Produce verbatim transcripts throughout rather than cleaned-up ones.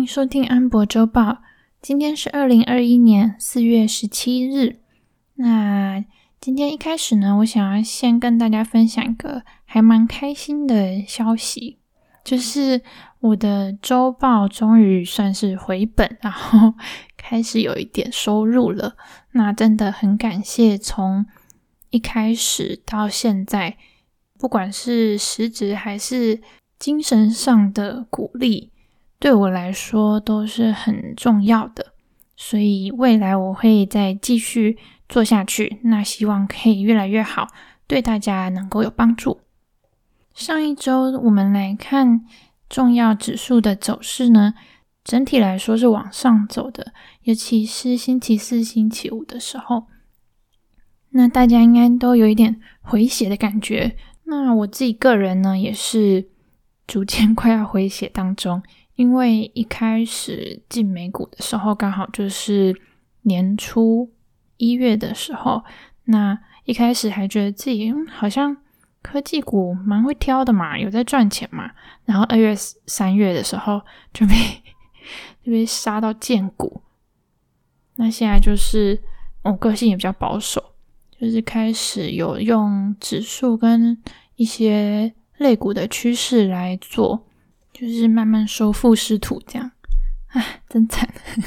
迎收听安博周报，今天是二零二一年四月十七日。那今天一开始呢，我想要先跟大家分享一个还蛮开心的消息，就是我的周报终于算是回本，然后开始有一点收入了。那真的很感谢从一开始到现在，不管是实质还是精神上的鼓励，对我来说都是很重要的。所以未来我会再继续做下去，那希望可以越来越好，对大家能够有帮助。上一周我们来看重要指数的走势呢，整体来说是往上走的，尤其是星期四、星期五的时候，那大家应该都有一点回血的感觉。那我自己个人呢，也是逐渐快要回血当中，因为一开始进美股的时候刚好就是年初一月的时候，那一开始还觉得自己、嗯、好像科技股蛮会挑的嘛，有在赚钱嘛，然后二月三月的时候就被就被杀到见骨。那现在就是我个性也比较保守，就是开始有用指数跟一些类股的趋势来做，就是慢慢收复失土这样。唉，真惨。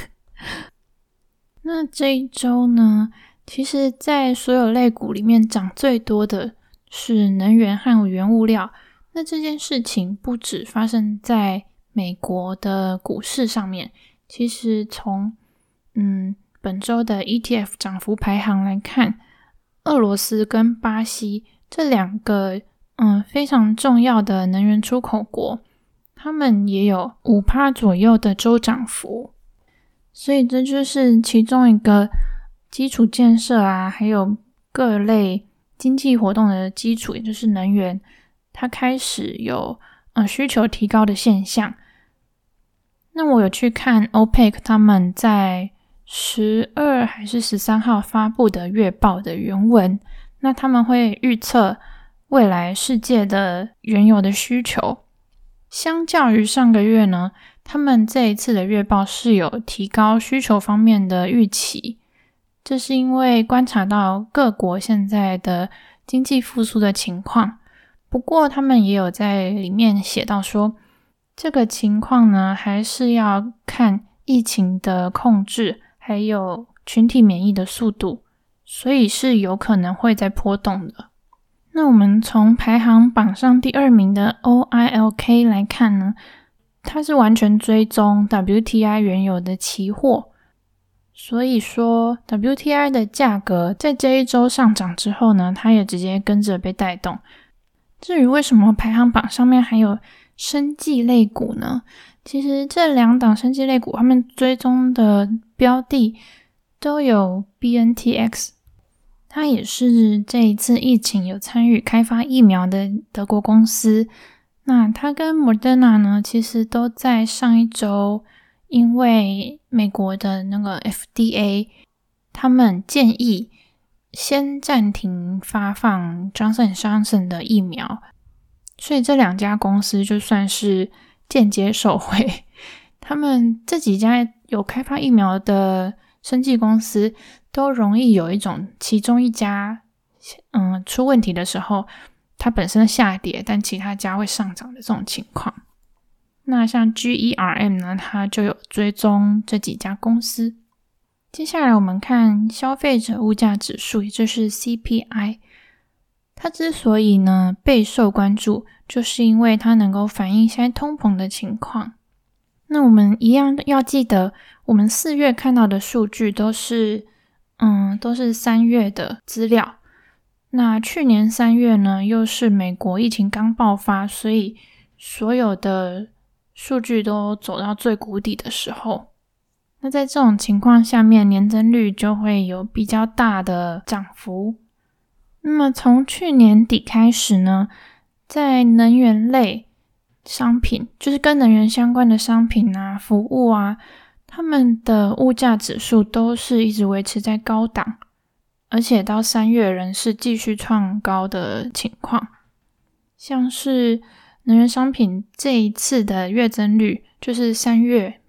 那这一周呢，其实在所有类股里面涨最多的是能源和原物料。那这件事情不只发生在美国的股市上面，其实从嗯本周的 E T F 涨幅排行来看，俄罗斯跟巴西这两个嗯非常重要的能源出口国，他们也有 百分之五 左右的周涨幅。所以这就是其中一个基础建设啊，还有各类经济活动的基础，也就是能源，它开始有呃需求提高的现象。那我有去看 OPEC 他们在十二还是十三号发布的月报的原文，那他们会预测未来世界的原油的需求。相较于上个月呢，他们这一次的月报是有提高需求方面的预期，这是因为观察到各国现在的经济复苏的情况。不过他们也有在里面写到说，这个情况呢还是要看疫情的控制还有群体免疫的速度，所以是有可能会再波动的。那我们从排行榜上第二名的 O I L K 来看呢，它是完全追踪 W T I 原油的期货，所以说 W T I 的价格在这一周上涨之后呢，它也直接跟着被带动。至于为什么排行榜上面还有生技类股呢？其实这两档生技类股他们追踪的标的都有 B N T X， 它也是这一次疫情有参与开发疫苗的德国公司。那它跟 Moderna 呢，其实都在上一周因为美国的那个 F D A 他们建议先暂停发放 Johnson and Johnson 的疫苗，所以这两家公司就算是间接受惠。他们这几家有开发疫苗的生技公司都容易有一种其中一家嗯出问题的时候，它本身下跌，但其他家会上涨的这种情况。那像 G E R M 呢，它就有追踪这几家公司。接下来我们看消费者物价指数，也就是 C P I。 它之所以呢备受关注，就是因为它能够反映现在通膨的情况。那我们一样要记得，我们四月看到的数据都是嗯都是三月的资料。那去年三月呢，又是美国疫情刚爆发，所以所有的数据都走到最谷底的时候。那在这种情况下面，年增率就会有比较大的涨幅。那么从去年底开始呢，在能源类商品，就是跟能源相关的商品啊、服务啊，他们的物价指数都是一直维持在高档，而且到三月仍是继续创高的情况。像是能源商品这一次的月增率，就是三月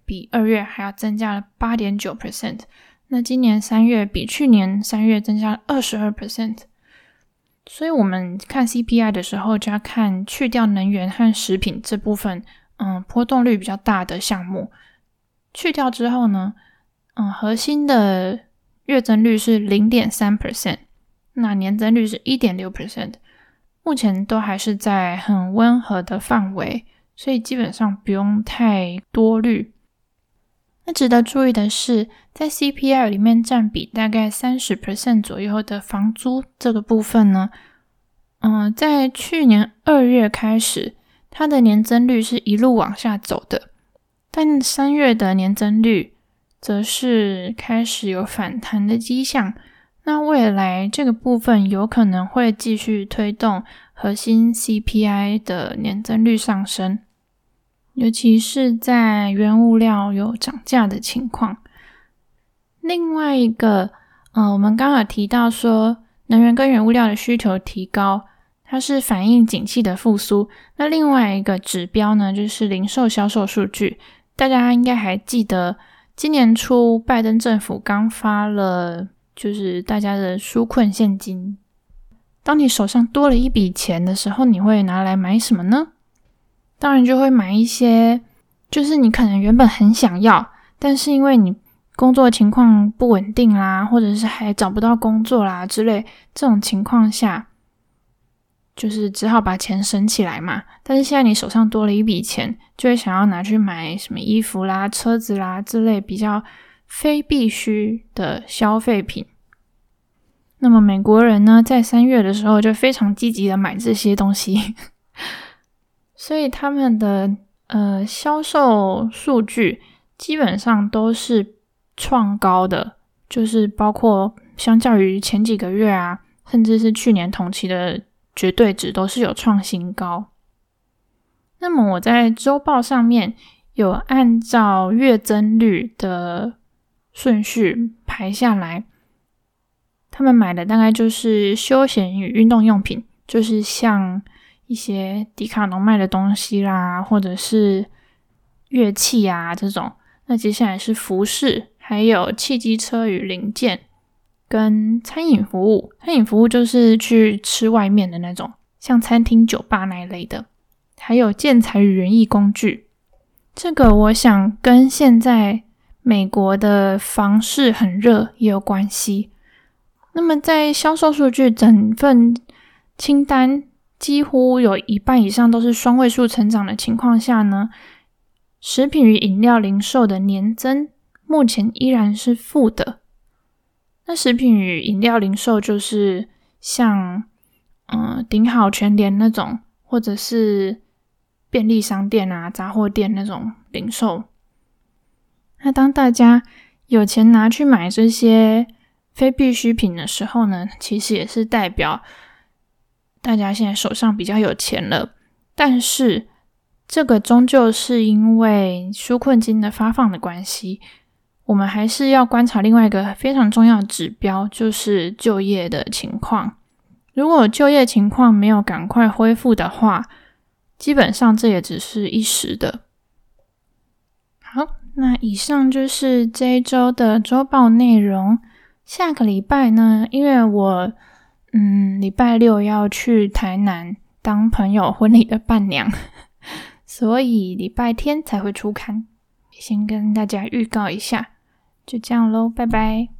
比二月还要增加了 百分之八点九。 那今年三月比去年三月增加了 百分之二十二。 所以我们看 C P I 的时候就要看去掉能源和食品这部分嗯，波动率比较大的项目，去掉之后呢嗯，核心的月增率是 百分之零点三， 那年增率是 百分之一点六， 目前都还是在很温和的范围，所以基本上不用太多虑。那值得注意的是，在 C P I 里面占比大概 百分之三十 左右的房租这个部分呢，嗯，在去年二月开始，它的年增率是一路往下走的，但三月的年增率则是开始有反弹的迹象。那未来这个部分有可能会继续推动核心 C P I 的年增率上升，尤其是在原物料有涨价的情况。另外一个呃，我们刚刚有提到说能源跟原物料的需求提高，它是反映景气的复苏。那另外一个指标呢，就是零售销售数据。大家应该还记得今年初拜登政府刚发了就是大家的纾困现金，当你手上多了一笔钱的时候，你会拿来买什么呢？当然就会买一些就是你可能原本很想要，但是因为你工作情况不稳定啦，或者是还找不到工作啦之类，这种情况下就是只好把钱省起来嘛。但是现在你手上多了一笔钱，就会想要拿去买什么衣服啦、车子啦之类比较非必须的消费品。那么美国人呢，在三月的时候就非常积极的买这些东西所以他们的呃销售数据基本上都是创高的，就是包括相较于前几个月啊，甚至是去年同期的绝对值都是有创新高。那么我在周报上面有按照月增率的顺序排下来，他们买的大概就是休闲与运动用品，就是像一些迪卡侬卖的东西啦，或者是乐器啊这种。那接下来是服饰，还有汽机车与零件，跟餐饮服务。餐饮服务就是去吃外面的那种，像餐厅、酒吧那一类的。还有建材与园艺工具，这个我想跟现在美国的房市很热也有关系。那么在销售数据整份清单几乎有一半以上都是双位数成长的情况下呢，食品与饮料零售的年增目前依然是负的。那食品与饮料零售就是像嗯顶好全联那种，或者是便利商店啊、杂货店那种零售。那当大家有钱拿去买这些非必需品的时候呢，其实也是代表大家现在手上比较有钱了。但是这个终究是因为纾困金的发放的关系，我们还是要观察另外一个非常重要的指标，就是就业的情况。如果就业情况没有赶快恢复的话，基本上这也只是一时的。好，那以上就是这一周的周报内容。下个礼拜呢，因为我嗯礼拜六要去台南当朋友婚礼的伴娘，所以礼拜天才会出刊，先跟大家预告一下。就这样咯，拜拜。